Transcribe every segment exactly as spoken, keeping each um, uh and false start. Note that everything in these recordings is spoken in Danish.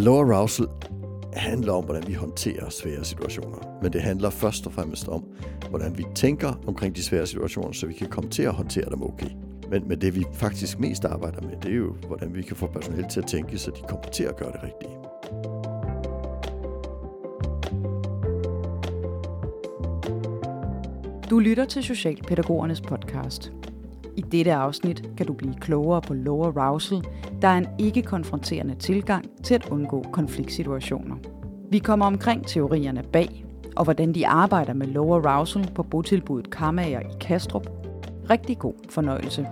Low arousal handler om, hvordan vi håndterer svære situationer. Men det handler først og fremmest om, hvordan vi tænker omkring de svære situationer, så vi kan komme til at håndtere dem okay. Men, men det vi faktisk mest arbejder med, det er jo, hvordan vi kan få personale til at tænke, så de kommer til at gøre det rigtige. Du lytter til Socialpædagogernes podcast. I dette afsnit kan du blive klogere på low arousal, der er en ikke-konfronterende tilgang til at undgå konfliktsituationer. Vi kommer omkring teorierne bag, og hvordan de arbejder med low arousal på botilbuddet Karmager i Kastrup. Rigtig god fornøjelse.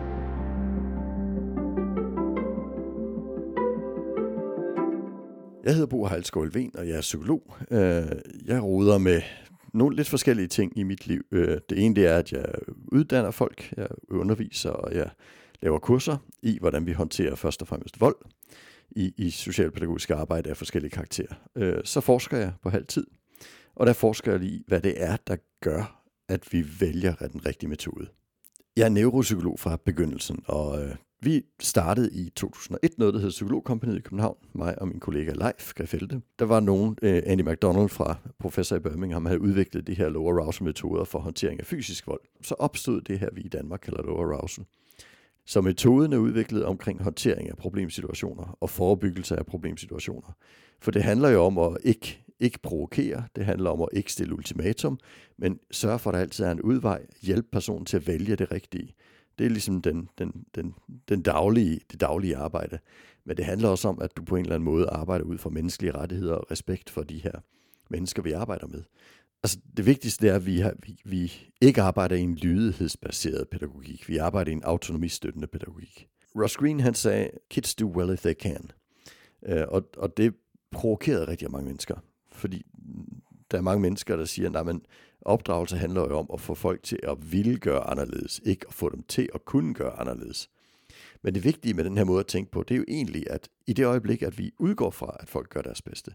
Jeg hedder Bo Heilskov Ven, og jeg er psykolog. Jeg roder med nogle lidt forskellige ting i mit liv. Det ene det er, at jeg uddanner folk, jeg underviser, og jeg laver kurser i, hvordan vi håndterer først og fremmest vold i, i socialpædagogisk arbejde af forskellige karakterer. Så forsker jeg på halv tid, og der forsker jeg i, hvad det er, der gør, at vi vælger den rigtige metode. Jeg er neuropsykolog fra begyndelsen, og øh, vi startede i to tusind og et noget, der hed Psykologkompagniet i København, mig og min kollega Leif Grefelde. Der var nogen, øh, Andy McDonald fra professor i Birmingham, havde udviklet de her low arousal metoder for håndtering af fysisk vold. Så opstod det her, vi i Danmark kalder low arousal. Så metoden er udviklet omkring håndtering af problemsituationer og forebyggelse af problemsituationer. For det handler jo om at ikke Ikke provokere, det handler om at ikke stille ultimatum, men sørge for, at der altid er en udvej, hjælpe personen til at vælge det rigtige. Det er ligesom den, den, den, den daglige, det daglige arbejde. Men det handler også om, at du på en eller anden måde arbejder ud fra menneskelige rettigheder og respekt for de her mennesker, vi arbejder med. Altså, det vigtigste er, at vi, har, vi, vi ikke arbejder i en lydighedsbaseret pædagogik. Vi arbejder i en autonomistøttende pædagogik. Ross Greene, han sagde, kids do well if they can. Uh, og, og det provokerede rigtig mange mennesker. Fordi der er mange mennesker, der siger, at opdragelse handler jo om at få folk til at ville gøre anderledes, ikke at få dem til at kunne gøre anderledes. Men det vigtige med den her måde at tænke på, det er jo egentlig, at i det øjeblik, at vi udgår fra, at folk gør deres bedste,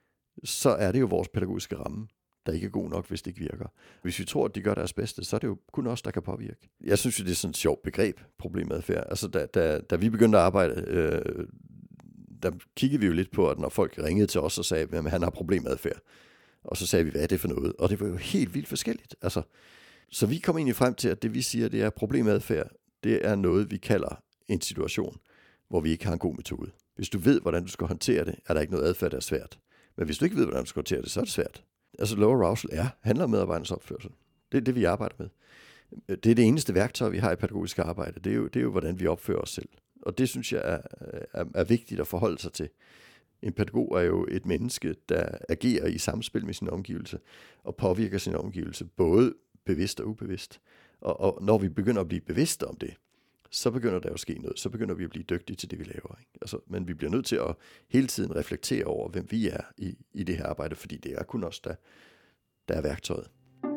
så er det jo vores pædagogiske ramme, der ikke er god nok, hvis det ikke virker. Hvis vi tror, at de gør deres bedste, så er det jo kun os, der kan påvirke. Jeg synes jo, det er sådan et sjovt begreb, problemadfærd. Altså, da, da, da vi begyndte at arbejde, øh, der kiggede vi jo lidt på, at når folk ringede til os og sagde, at han har problemadfærd, og så sagde vi, hvad er det for noget? Og det var jo helt vildt forskelligt. Altså, så vi kom egentlig frem til, at det vi siger, det er problemadfærd, det er noget, vi kalder en situation, hvor vi ikke har en god metode. Hvis du ved, hvordan du skal håndtere det, er der ikke noget adfærd, der er svært. Men hvis du ikke ved, hvordan du skal håndtere det, så er det svært. Altså low arousal er, handler om medarbejdernes opførsel. Det er det, vi arbejder med. Det er det eneste værktøj, vi har i pædagogisk arbejde. Det er jo, det er jo hvordan vi opfører os selv. Og det synes jeg er, er, er vigtigt at forholde sig til. En pædagog er jo et menneske, der agerer i samspil med sin omgivelse og påvirker sin omgivelse, både bevidst og ubevidst. Og, og når vi begynder at blive bevidste om det, så begynder der jo at ske noget. Så begynder vi at blive dygtige til det, vi laver. Ikke? Altså, men vi bliver nødt til at hele tiden reflektere over, hvem vi er i, i det her arbejde, fordi det er kun os, der, der er værktøjet.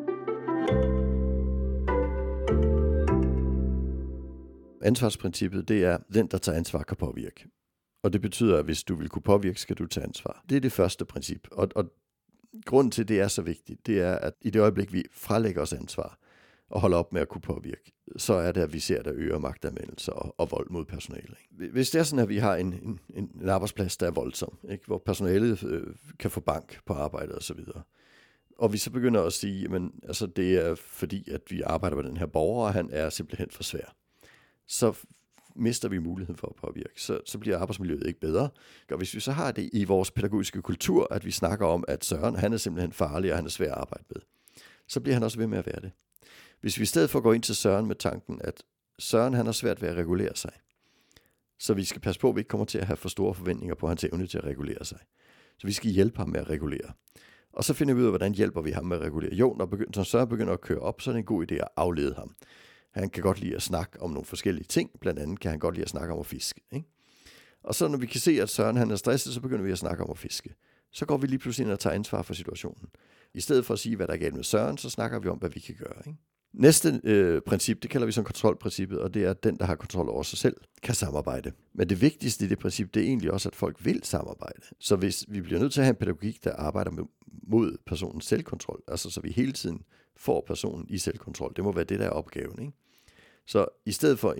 Ansvarsprincippet, det er, den, der tager ansvar, kan påvirke. Og det betyder, at hvis du vil kunne påvirke, skal du tage ansvar. Det er det første princip. Og, og grunden til, det er så vigtigt, det er, at i det øjeblik, vi frelægger os ansvar og holder op med at kunne påvirke, så er det, at vi ser, der øger magtanvendelse og, og vold mod personale. Hvis det er sådan, at vi har en, en, en arbejdsplads, der er voldsom, ikke? Hvor personalet øh, kan få bank på arbejdet osv., og vi så begynder at sige, at altså, det er fordi, at vi arbejder med den her borger, og han er simpelthen for svær, så mister vi muligheden for at påvirke. Så, så bliver arbejdsmiljøet ikke bedre. Og hvis vi så har det i vores pædagogiske kultur, at vi snakker om, at Søren, han er simpelthen farlig, og han er svær at arbejde med, så bliver han også ved med at være det. Hvis vi i stedet for går ind til Søren med tanken, at Søren, han har svært ved at regulere sig, så vi skal passe på, at vi ikke kommer til at have for store forventninger på hans evne til at regulere sig. Så vi skal hjælpe ham med at regulere. Og så finder vi ud af, hvordan hjælper vi ham med at regulere. Jo, når, begynd- når Søren begynder at køre op, så er det en god idé at aflede ham. Han kan godt lide at snakke om nogle forskellige ting. Blandt andet kan han godt lide at snakke om at fiske. Ikke? Og så når vi kan se, at Søren han er stresset, så begynder vi at snakke om at fiske. Så går vi lige pludselig ind og tager ansvar for situationen. I stedet for at sige, hvad der er galt med Søren, så snakker vi om, hvad vi kan gøre. Ikke? Næste øh, princip, det kalder vi som kontrolprincippet, og det er, at den, der har kontrol over sig selv, kan samarbejde. Men det vigtigste i det princip, det er egentlig også, at folk vil samarbejde. Så hvis vi bliver nødt til at have en pædagogik, der arbejder med, mod personens selvkontrol, altså så vi hele tiden får personen i selvkontrol, det må være det, der er opgaven. Ikke? Så i stedet for en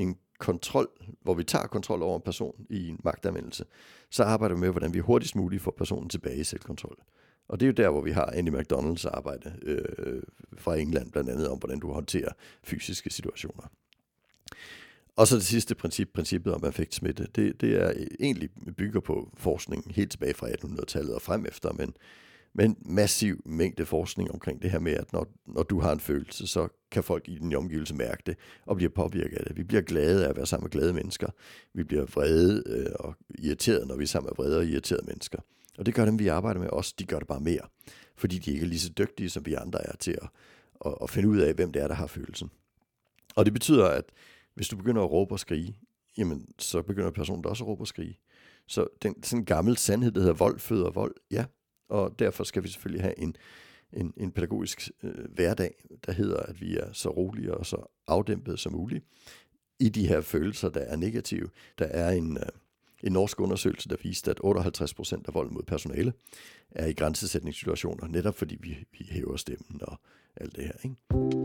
kontrol, hvor vi tager kontrol over en person i en magtanvendelse, så arbejder vi med, hvordan vi hurtigst muligt får personen tilbage i selvkontrol. Og det er jo der, hvor vi har Andy McDonalds arbejde øh, fra England, blandt andet om, hvordan du håndterer fysiske situationer. Og så det sidste princip, princippet om affektsmitte, det, det er egentlig bygger på forskning helt tilbage fra attenhundredetallet og frem efter, men, men massiv mængde forskning omkring det her med, at når, når du har en følelse, så kan folk i din omgivelse mærke det og bliver påvirket af det. Vi bliver glade af at være sammen med glade mennesker. Vi bliver vrede øh, og irriterede, når vi er sammen med vrede og irriterede mennesker. Og det gør dem, vi arbejder med os, de gør det bare mere, fordi de ikke er lige så dygtige, som vi andre er til at, at, at finde ud af, hvem det er, der har følelsen. Og det betyder, at hvis du begynder at råbe og skrige, jamen, så begynder personen også at råbe og skrige. Så den sådan en gammel sandhed, der hedder vold føder vold, ja. Og derfor skal vi selvfølgelig have en, en, en pædagogisk øh, hverdag, der hedder, at vi er så rolige og så afdæmpede som muligt i de her følelser, der er negative. Der er en, øh, en norsk undersøgelse, der viste, at otteoghalvtreds procent af vold mod personale er i grænsesætningssituationer, netop fordi vi, vi hæver stemmen og alt det her, ikke?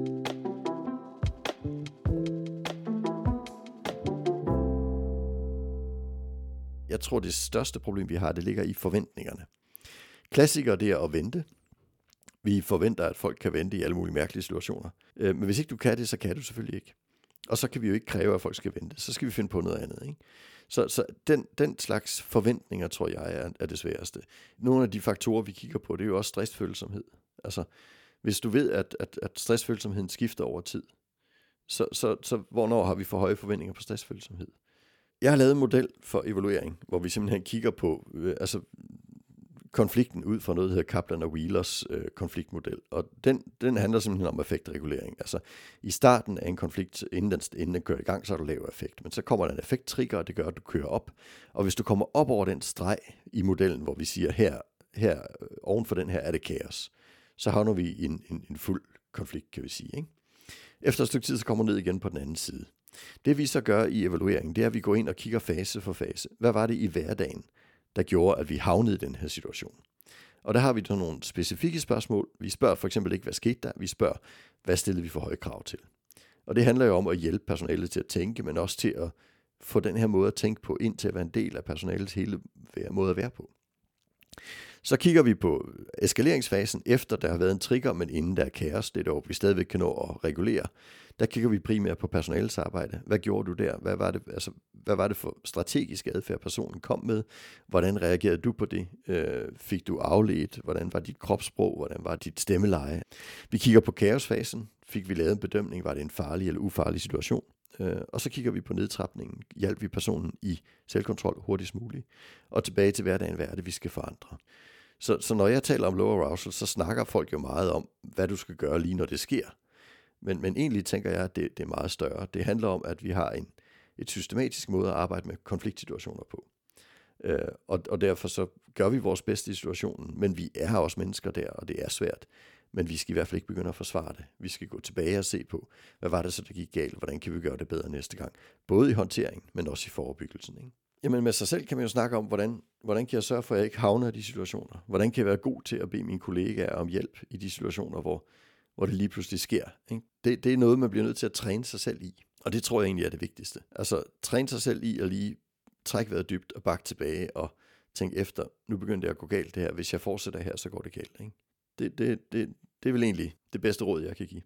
Jeg tror, det største problem, vi har, det ligger i forventningerne. Klassikere, det er at vente. Vi forventer, at folk kan vente i alle mulige mærkelige situationer. Men hvis ikke du kan det, så kan du selvfølgelig ikke. Og så kan vi jo ikke kræve, at folk skal vente. Så skal vi finde på noget andet, ikke? Så, så den, den slags forventninger, tror jeg, er, er det sværeste. Nogle af de faktorer, vi kigger på, det er jo også stressfølsomhed. Altså, hvis du ved, at, at, at stressfølsomheden skifter over tid, så, så, så hvornår har vi for høje forventninger på stressfølsomhed? Jeg har lavet en model for evaluering, hvor vi simpelthen kigger på øh, altså, konflikten ud fra noget, der hedder Kaplan og Wheelers øh, konfliktmodel. Og den, den handler simpelthen om effektregulering. Altså i starten af en konflikt, inden den, inden den kører i gang, så er du lav effekt. Men så kommer der en effekttrigger, og det gør, at du kører op. Og hvis du kommer op over den streg i modellen, hvor vi siger, her, her oven for den her er det kaos, så havner vi i en, en, en fuld konflikt, kan vi sige, ikke? Efter et stykke tid, så kommer ned igen på den anden side. Det vi så gør i evalueringen, det er, at vi går ind og kigger fase for fase. Hvad var det i hverdagen, der gjorde, at vi havnede i den her situation? Og der har vi nogle specifikke spørgsmål. Vi spørger for eksempel ikke, hvad skete der? Vi spørger, hvad stillede vi for høje krav til? Og det handler jo om at hjælpe personalet til at tænke, men også til at få den her måde at tænke på, ind til at være en del af personalets hele måde at være på. Så kigger vi på eskaleringsfasen, efter der har været en trigger, men inden der er kaos, det er der, vi stadigvæk kan nå at regulere. Der kigger vi primært på personalets arbejde. Hvad gjorde du der? Hvad var det, altså, hvad var det for strategisk adfærd, personen kom med? Hvordan reagerede du på det? Øh, fik du afledt? Hvordan var dit kropssprog? Hvordan var dit stemmeleje? Vi kigger på kaosfasen. Fik vi lavet en bedømning? Var det en farlig eller ufarlig situation? Øh, og så kigger vi på nedtrapningen. Hjalp vi personen i selvkontrol hurtigst muligt? Og tilbage til hverdagen, hvad er det, vi skal forandre? Så, så når jeg taler om low arousal, så snakker folk jo meget om, hvad du skal gøre lige når det sker. Men, men egentlig tænker jeg, at det, det er meget større. Det handler om, at vi har en et systematisk måde at arbejde med konfliktsituationer på. Øh, og, og derfor så gør vi vores bedste i situationen, men vi er også mennesker der, og det er svært. Men vi skal i hvert fald ikke begynde at forsvare det. Vi skal gå tilbage og se på, hvad var det så, der gik galt? Hvordan kan vi gøre det bedre næste gang? Både i håndteringen, men også i forebyggelsen, ikke? Jamen med sig selv kan man jo snakke om, hvordan, hvordan kan jeg sørge for, at jeg ikke havner i de situationer? Hvordan kan jeg være god til at bede mine kollegaer om hjælp i de situationer, hvor, hvor det lige pludselig sker, ikke? Det, det er noget, man bliver nødt til at træne sig selv i. Og det tror jeg egentlig er det vigtigste. Altså træne sig selv i at lige trække vejret dybt og bakke tilbage og tænke efter, nu begynder det at gå galt det her. Hvis jeg fortsætter her, så går det galt, ikke? Det, det, det, det er vel egentlig det bedste råd, jeg kan give.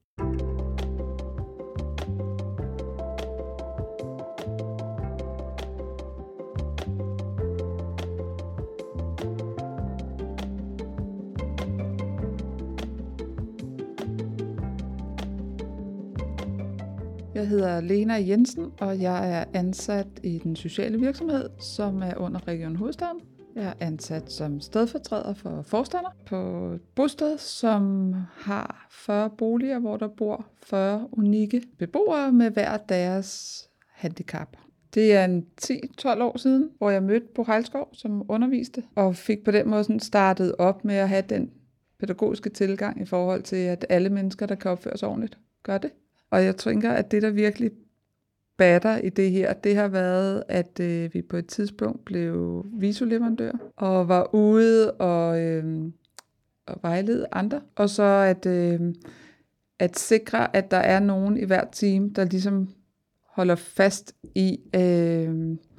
Jeg hedder Lena Jensen, og jeg er ansat i den sociale virksomhed, som er under Region Hovedstaden. Jeg er ansat som stedfortræder for forstander på et bosted, som har fyrre boliger, hvor der bor fyrre unikke beboere med hver deres handicap. Det er en ti til tolv år siden, hvor jeg mødte Bo Hejlskov, som underviste, og fik på den måde sådan startet op med at have den pædagogiske tilgang i forhold til, at alle mennesker, der kan opføre sig ordentligt, gør det. Og jeg tænker, at det, der virkelig batter i det her, det har været, at øh, vi på et tidspunkt blev visuleverandør og var ude og, øh, og vejlede andre. Og så at, øh, at sikre, at der er nogen i hvert team, der ligesom holder fast i, øh,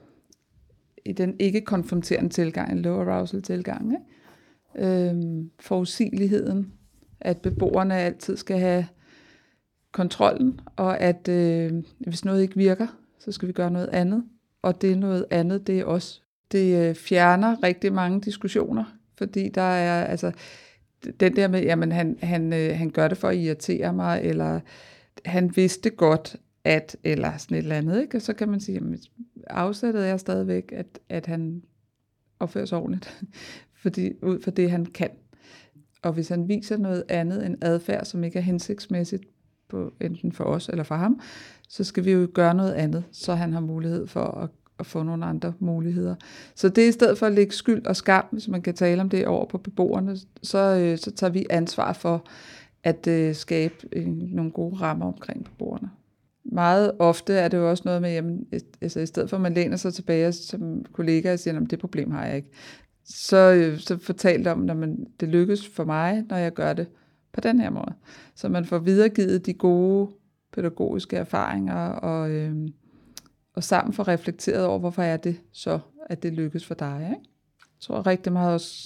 i den ikke-konfronterende tilgang, en low arousal tilgang. Ikke? Øh, forudsigeligheden, at beboerne altid skal have kontrollen, og at øh, hvis noget ikke virker, så skal vi gøre noget andet. Og det noget andet, det er os. Det øh, fjerner rigtig mange diskussioner, fordi der er altså den der med, jamen han, han, øh, han gør det for at irritere mig, eller han vidste godt, at, eller sådan et eller andet, ikke? Og så kan man sige, jamen afsættet er stadigvæk, at, at han opfører sig ordentligt, fordi, ud fra det, han kan. Og hvis han viser noget andet end adfærd, som ikke er hensigtsmæssigt, på, enten for os eller for ham, så skal vi jo gøre noget andet, så han har mulighed for at, at få nogle andre muligheder. Så det er i stedet for at lægge skyld og skam, hvis man kan tale om det over på beboerne, så, så tager vi ansvar for at uh, skabe uh, nogle gode rammer omkring beboerne. Meget ofte er det jo også noget med, jamen, altså i stedet for at man læner sig tilbage som kollega og siger, at det problem har jeg ikke, så, så fortalt om, at man, det lykkes for mig, når jeg gør det på den her måde. Så man får videregivet de gode pædagogiske erfaringer, og, øh, og sammen får reflekteret over, hvorfor er det så, at det lykkes for dig. Ikke? Jeg tror rigtig meget også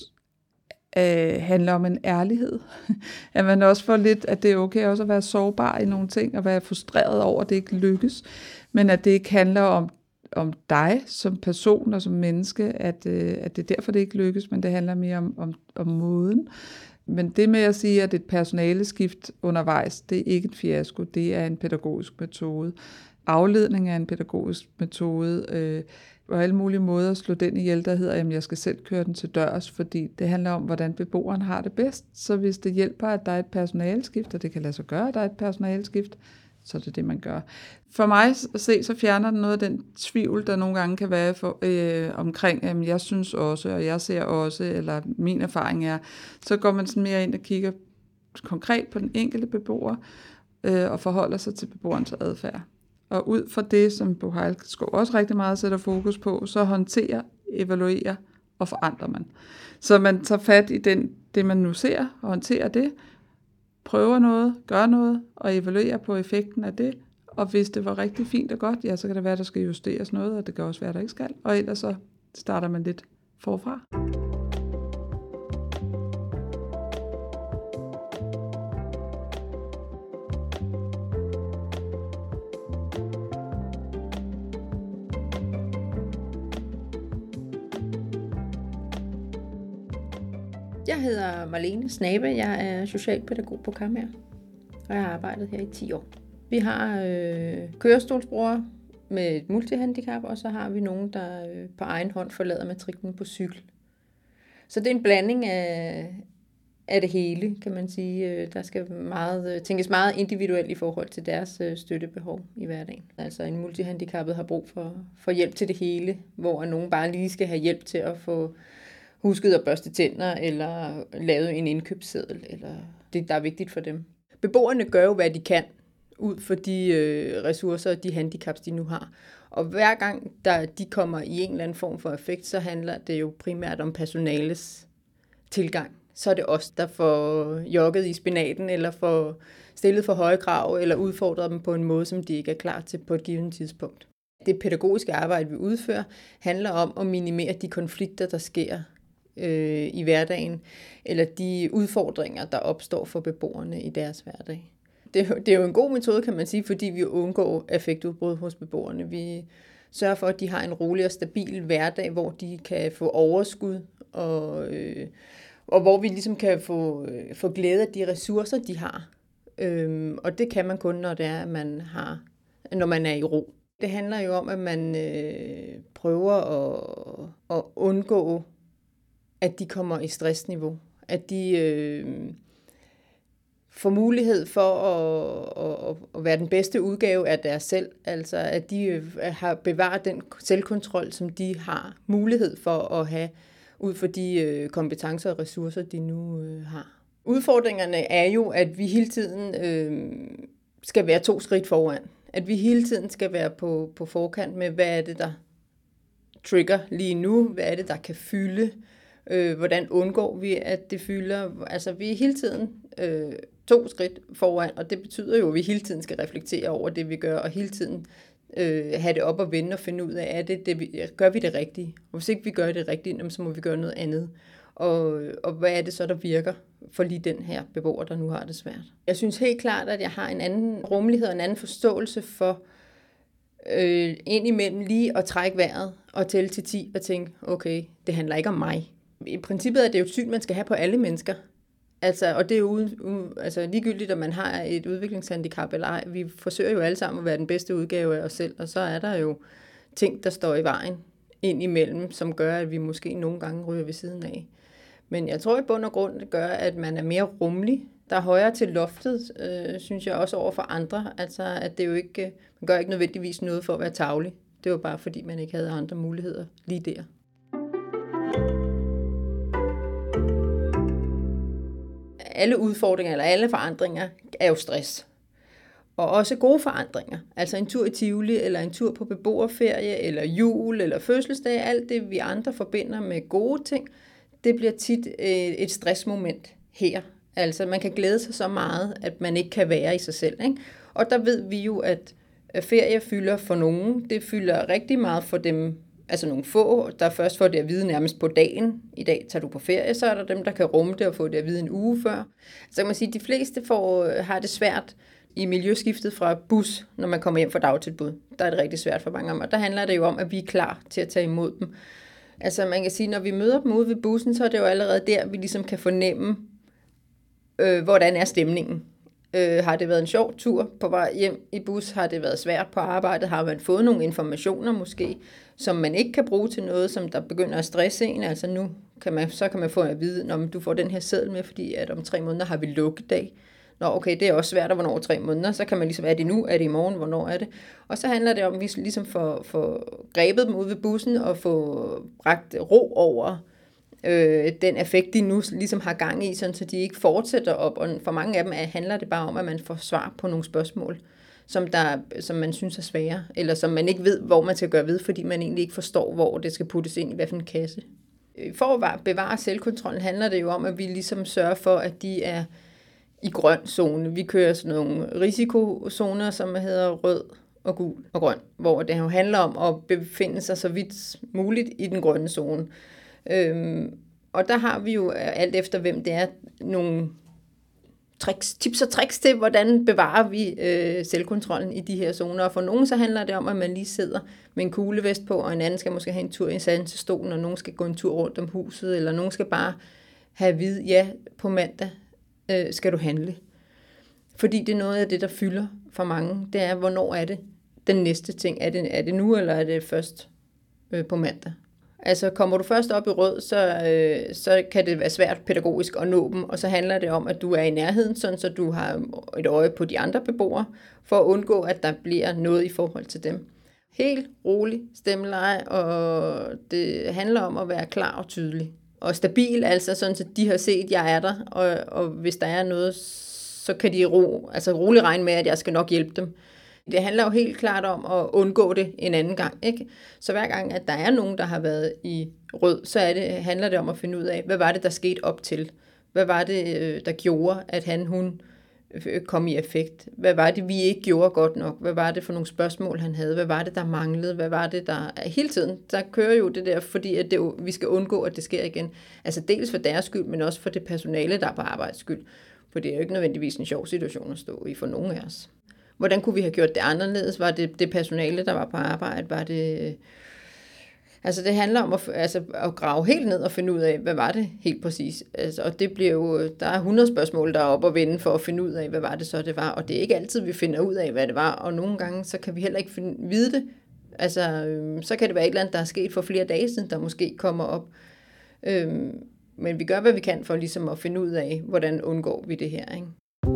øh, handler om en ærlighed. At man også får lidt, at det er okay også at være sårbar i nogle ting, og være frustreret over, at det ikke lykkes, men at det ikke handler om, om dig som person og som menneske, at, øh, at det er derfor, det ikke lykkes, men det handler mere om, om, om måden. Men det med at sige, at et personaleskift undervejs, det er ikke en fiasko, det er en pædagogisk metode. Afledning er en pædagogisk metode, øh, og alle mulige måder at slå den ihjel, der hedder, at jeg skal selv køre den til dørs, fordi det handler om, hvordan beboeren har det bedst. Så hvis det hjælper, at der er et personaleskift, og det kan lade sig gøre, at der er et personaleskift, så er det det, man gør. For mig at se, så fjerner den noget af den tvivl, der nogle gange kan være for, øh, omkring, at jeg synes også, og jeg ser også, eller min erfaring er, så går man sådan mere ind og kigger konkret på den enkelte beboer, øh, og forholder sig til beboerens adfærd. Og ud fra det, som Bo Heilskov også rigtig meget sætter fokus på, så håndterer, evaluerer og forandrer man. Så man tager fat i den, det, man nu ser, og håndterer det, prøver noget, gør noget, og evaluerer på effekten af det. Og hvis det var rigtig fint og godt, ja, så kan det være, at der skal justeres noget, og det kan også være, at der ikke skal. Og ellers så starter man lidt forfra. Jeg hedder Marlene Snabe, jeg er socialpædagog på Kammer, og jeg har arbejdet her i ti år. Vi har øh, kørestolsbrugere med et multihandicap, og så har vi nogen, der øh, på egen hånd forlader matriklen på cykel. Så det er en blanding af, af det hele, kan man sige. Der skal meget, tænkes meget individuelt i forhold til deres øh, støttebehov i hverdagen. Altså en multihandicappet har brug for, for hjælp til det hele, hvor nogen bare lige skal have hjælp til at få husket at børste tænder, eller lavet en indkøbsseddel, eller det, der er vigtigt for dem. Beboerne gør jo, hvad de kan, ud for de øh, ressourcer og de handicaps, de nu har. Og hver gang der, de kommer i en eller anden form for effekt, så handler det jo primært om personales tilgang. Så er det os, der får jogget i spinaten, eller får stillet for høje krav, eller udfordret dem på en måde, som de ikke er klar til på et givet tidspunkt. Det pædagogiske arbejde, vi udfører, handler om at minimere de konflikter, der sker øh, i hverdagen, eller de udfordringer, der opstår for beboerne i deres hverdag. Det er, jo, det er jo en god metode, kan man sige, fordi vi undgår affektudbrud hos beboerne. Vi sørger for, at de har en rolig og stabil hverdag, hvor de kan få overskud, og, øh, og hvor vi ligesom kan få, øh, få glæde af de ressourcer, de har. Øhm, og det kan man kun, når det er, at man har, når man er i ro. Det handler jo om, at man øh, prøver at, at undgå, at de kommer i stressniveau. At de øh, får mulighed for at, at, at være den bedste udgave af deres selv. Altså at de øh, har bevaret den selvkontrol, som de har mulighed for at have, ud for de øh, kompetencer og ressourcer, de nu øh, har. Udfordringerne er jo, at vi hele tiden øh, skal være to skridt foran. At vi hele tiden skal være på, på forkant med, hvad er det, der trigger lige nu? Hvad er det, der kan fylde? Øh, hvordan undgår vi, at det fylder? Altså, vi er hele tiden øh, to skridt foran, og det betyder jo, at vi hele tiden skal reflektere over det, vi gør, og hele tiden øh, have det op og vende og finde ud af, er det, det vi, gør vi det rigtige? Og hvis ikke vi gør det rigtige, så må vi gøre noget andet. Og, og hvad er det så, der virker for lige den her beboer, der nu har det svært? Jeg synes helt klart, at jeg har en anden rummelighed og en anden forståelse for øh, indimellem lige at trække vejret og tælle til ti og tænke, okay, det handler ikke om mig. I princippet er det jo et syn, man skal have på alle mennesker. Altså, og det er jo ude, ude, altså, ligegyldigt, om man har et udviklingshandicap eller ej. Vi forsøger jo alle sammen at være den bedste udgave af os selv, og så er der jo ting, der står i vejen ind imellem, som gør, at vi måske nogle gange ryger ved siden af. Men jeg tror i bund og grund, det gør, at man er mere rummelig. Der er højere til loftet, øh, synes jeg også over for andre. Altså, at det jo ikke, man gør ikke nødvendigvis noget for at være tarvelig. Det var bare fordi, man ikke havde andre muligheder lige der. Alle udfordringer eller alle forandringer er jo stress. Og også gode forandringer. Altså en tur i Tivoli, eller en tur på beboerferie, eller jul, eller fødselsdag. Alt det, vi andre forbinder med gode ting, det bliver tit et stressmoment her. Altså man kan glæde sig så meget, at man ikke kan være i sig selv. Ikke? Og der ved vi jo, at ferie fylder for nogen. Det fylder rigtig meget for dem, altså nogle få, der først får det at vide nærmest på dagen. I dag tager du på ferie, så er der dem, der kan rumme det og få det at vide en uge før. Så kan man sige, at de fleste får, har det svært i miljøskiftet fra bus, når man kommer hjem fra dagtilbud. Der er det rigtig svært for mange af dem. Og der handler det jo om, at vi er klar til at tage imod dem. Altså man kan sige, når vi møder dem ude ved bussen, så er det jo allerede der, vi ligesom kan fornemme, øh, hvordan er stemningen. Øh, har det været en sjov tur på vej hjem i bus? Har det været svært på arbejdet? Har man fået nogle informationer måske, som man ikke kan bruge til noget, som der begynder at stresse en? Altså nu kan man, så kan man få at vide, når du får den her seddel med, fordi at om tre måneder har vi lukkedag. Nå, okay, det er også svært, at hvornår tre måneder, så kan man ligesom, er det nu, er det i morgen, hvornår er det? Og så handler det om, at vi ligesom får, får grebet dem ud ved bussen og få bragt ro over øh, den effekt, de nu ligesom har gang i, sådan, så de ikke fortsætter op. Og for mange af dem handler det bare om, at man får svar på nogle spørgsmål, som, der, som man synes er svære, eller som man ikke ved, hvor man skal gøre ved, fordi man egentlig ikke forstår, hvor det skal puttes ind i hvilken kasse. For at bevare selvkontrollen handler det jo om, at vi ligesom sørger for, at de er i grøn zone. Vi kører sådan nogle risikozoner, som hedder rød og gul og grøn, hvor det jo handler om at befinde sig så vidt muligt i den grønne zone. Øhm, og der har vi jo alt efter, hvem det er, nogle tricks, tips og tricks til, hvordan bevarer vi øh, selvkontrollen i de her zoner. Og for nogen så handler det om, at man lige sidder med en kuglevest på, og en anden skal måske have en tur i sanden til stolen, og nogen skal gå en tur rundt om huset, eller nogen skal bare have at vide, ja, på mandag øh, skal du handle. Fordi det er noget af det, der fylder for mange. Det er, hvornår er det den næste ting? Er det, er det nu, eller er det først øh, på mandag? Altså kommer du først op i rød, så, øh, så kan det være svært pædagogisk at nå dem, og så handler det om, at du er i nærheden, sådan, så du har et øje på de andre beboere, for at undgå, at der bliver noget i forhold til dem. Helt rolig stemmeleje, og det handler om at være klar og tydelig. Og stabil, altså sådan, så de har set, at jeg er der, og, og hvis der er noget, så kan de ro, altså roligt regne med, at jeg skal nok hjælpe dem. Det handler jo helt klart om at undgå det en anden gang, ikke? Så hver gang, at der er nogen, der har været i rød, så er det, handler det om at finde ud af, hvad var det, der skete op til? Hvad var det, der gjorde, at han, hun kom i effekt? Hvad var det, vi ikke gjorde godt nok? Hvad var det for nogle spørgsmål, han havde? Hvad var det, der manglede? Hvad var det, der... Hele tiden, der kører jo det der, fordi at det, vi skal undgå, at det sker igen. Altså dels for deres skyld, men også for det personale, der er på arbejds skyld. For det er jo ikke nødvendigvis en sjov situation at stå i for nogen af os. Hvordan kunne vi have gjort det anderledes? Var det det personale, der var på arbejde? Var det... Altså det handler om at, altså, at grave helt ned og finde ud af, hvad var det helt præcis? Altså, og det bliver jo... Der er hundrede spørgsmål, der er op og vende for at finde ud af, hvad var det så, det var. Og det er ikke altid, vi finder ud af, hvad det var. Og nogle gange, så kan vi heller ikke finde, vide det. Altså, øhm, så kan det være et eller andet, der er sket for flere dage siden, der måske kommer op. Øhm, men vi gør, hvad vi kan for ligesom at finde ud af, hvordan undgår vi det her, ikke?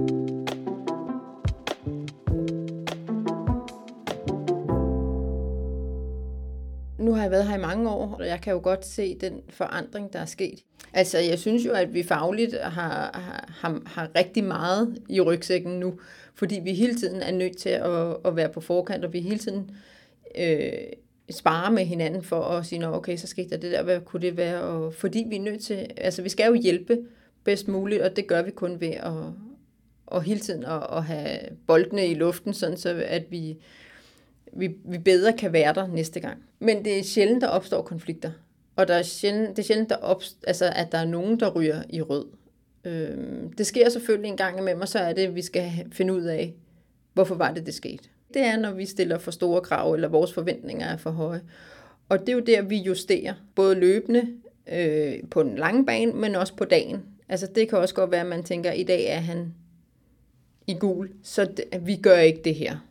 Nu har jeg været her i mange år, og jeg kan jo godt se den forandring, der er sket. Altså, jeg synes jo, at vi fagligt har, har, har rigtig meget i rygsækken nu, fordi vi hele tiden er nødt til at, at være på forkant, og vi hele tiden øh, sparer med hinanden for at sige, okay, så skete der det der, hvad kunne det være? Og fordi vi er nødt til, altså vi skal jo hjælpe bedst muligt, og det gør vi kun ved at, og hele tiden at, at have boldene i luften, sådan så at vi vi, vi bedre kan være der næste gang. Men det er sjældent, der opstår konflikter. Og der er sjældent, det er sjældent, der opst- altså, at der er nogen, der ryger i rød. Øhm, det sker selvfølgelig en gang imellem, og så er det, at vi skal finde ud af, hvorfor var det, det skete. Det er, når vi stiller for store krav, eller vores forventninger er for høje. Og det er jo der, vi justerer, både løbende øh, på den lange bane, men også på dagen. Altså det kan også godt være, at man tænker, at i dag er han i gul, så det, vi gør ikke det her.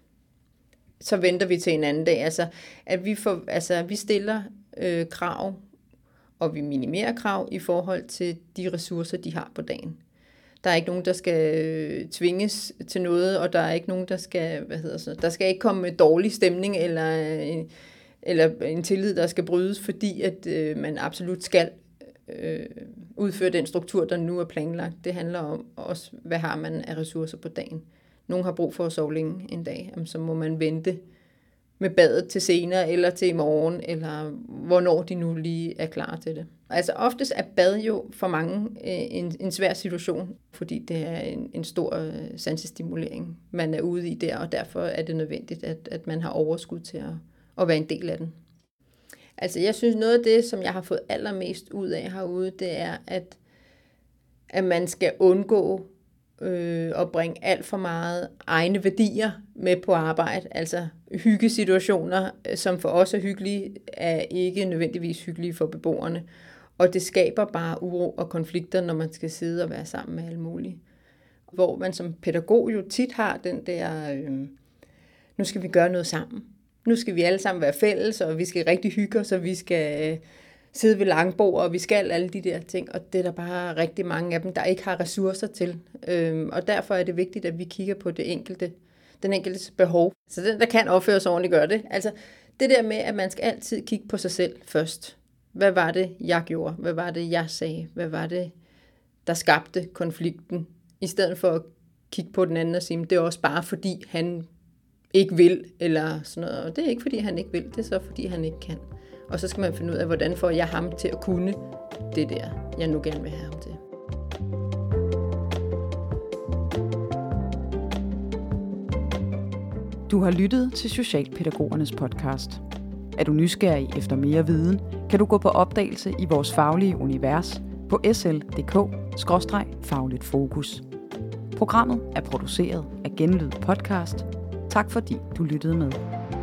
Så venter vi til en anden dag. Altså, at vi, får, altså, vi stiller øh, krav, og vi minimerer krav i forhold til de ressourcer, de har på dagen. Der er ikke nogen, der skal øh, tvinges til noget, og der er ikke nogen, der skal, hvad hedder så, der skal ikke komme med dårlig stemning, eller en, eller en tillid, der skal brydes, fordi at øh, man absolut skal øh, udføre den struktur, der nu er planlagt. Det handler om også, hvad har man af ressourcer på dagen. Nogen har brug for at sove længe en dag, jamen, så må man vente med badet til senere, eller til i morgen, eller hvornår de nu lige er klar til det. Altså oftest er bad jo for mange en, en svær situation, fordi det er en, en stor uh, sansestimulering, man er ude i der, og derfor er det nødvendigt, at, at man har overskud til at, at være en del af den. Altså jeg synes, noget af det, som jeg har fået allermest ud af herude, det er, at, at man skal undgå øh, at bringe alt for meget egne værdier med på arbejde. Altså hyggesituationer, som for os er hyggelige, er ikke nødvendigvis hyggelige for beboerne. Og det skaber bare uro og konflikter, når man skal sidde og være sammen med alle mulige. Hvor man som pædagog jo tit har den der, øh, nu skal vi gøre noget sammen. Nu skal vi alle sammen være fælles, og vi skal rigtig hygge os, og vi skal øh, sidde ved langbord, og vi skal alle de der ting. Og det er der bare rigtig mange af dem, der ikke har ressourcer til. Øhm, og derfor er det vigtigt, at vi kigger på det enkelte, den enkeltes behov. Så den, der kan opføre sig ordentligt, gør det. Altså det der med, at man skal altid kigge på sig selv først. Hvad var det, jeg gjorde? Hvad var det, jeg sagde? Hvad var det, der skabte konflikten? I stedet for at kigge på den anden og sige, det er også bare fordi, han ikke vil, eller sådan noget. Og det er ikke fordi, han ikke vil, det er så fordi, han ikke kan. Og så skal man finde ud af, hvordan får jeg ham til at kunne det der, jeg nu gerne vil have ham til. Du har lyttet til Socialpædagogernes podcast. Er du nysgerrig efter mere viden, kan du gå på opdagelse i vores faglige univers på s l punktum d k skråstreg fagligt fokus. Programmet er produceret af Genlyd Podcast. Tak fordi du lyttede med.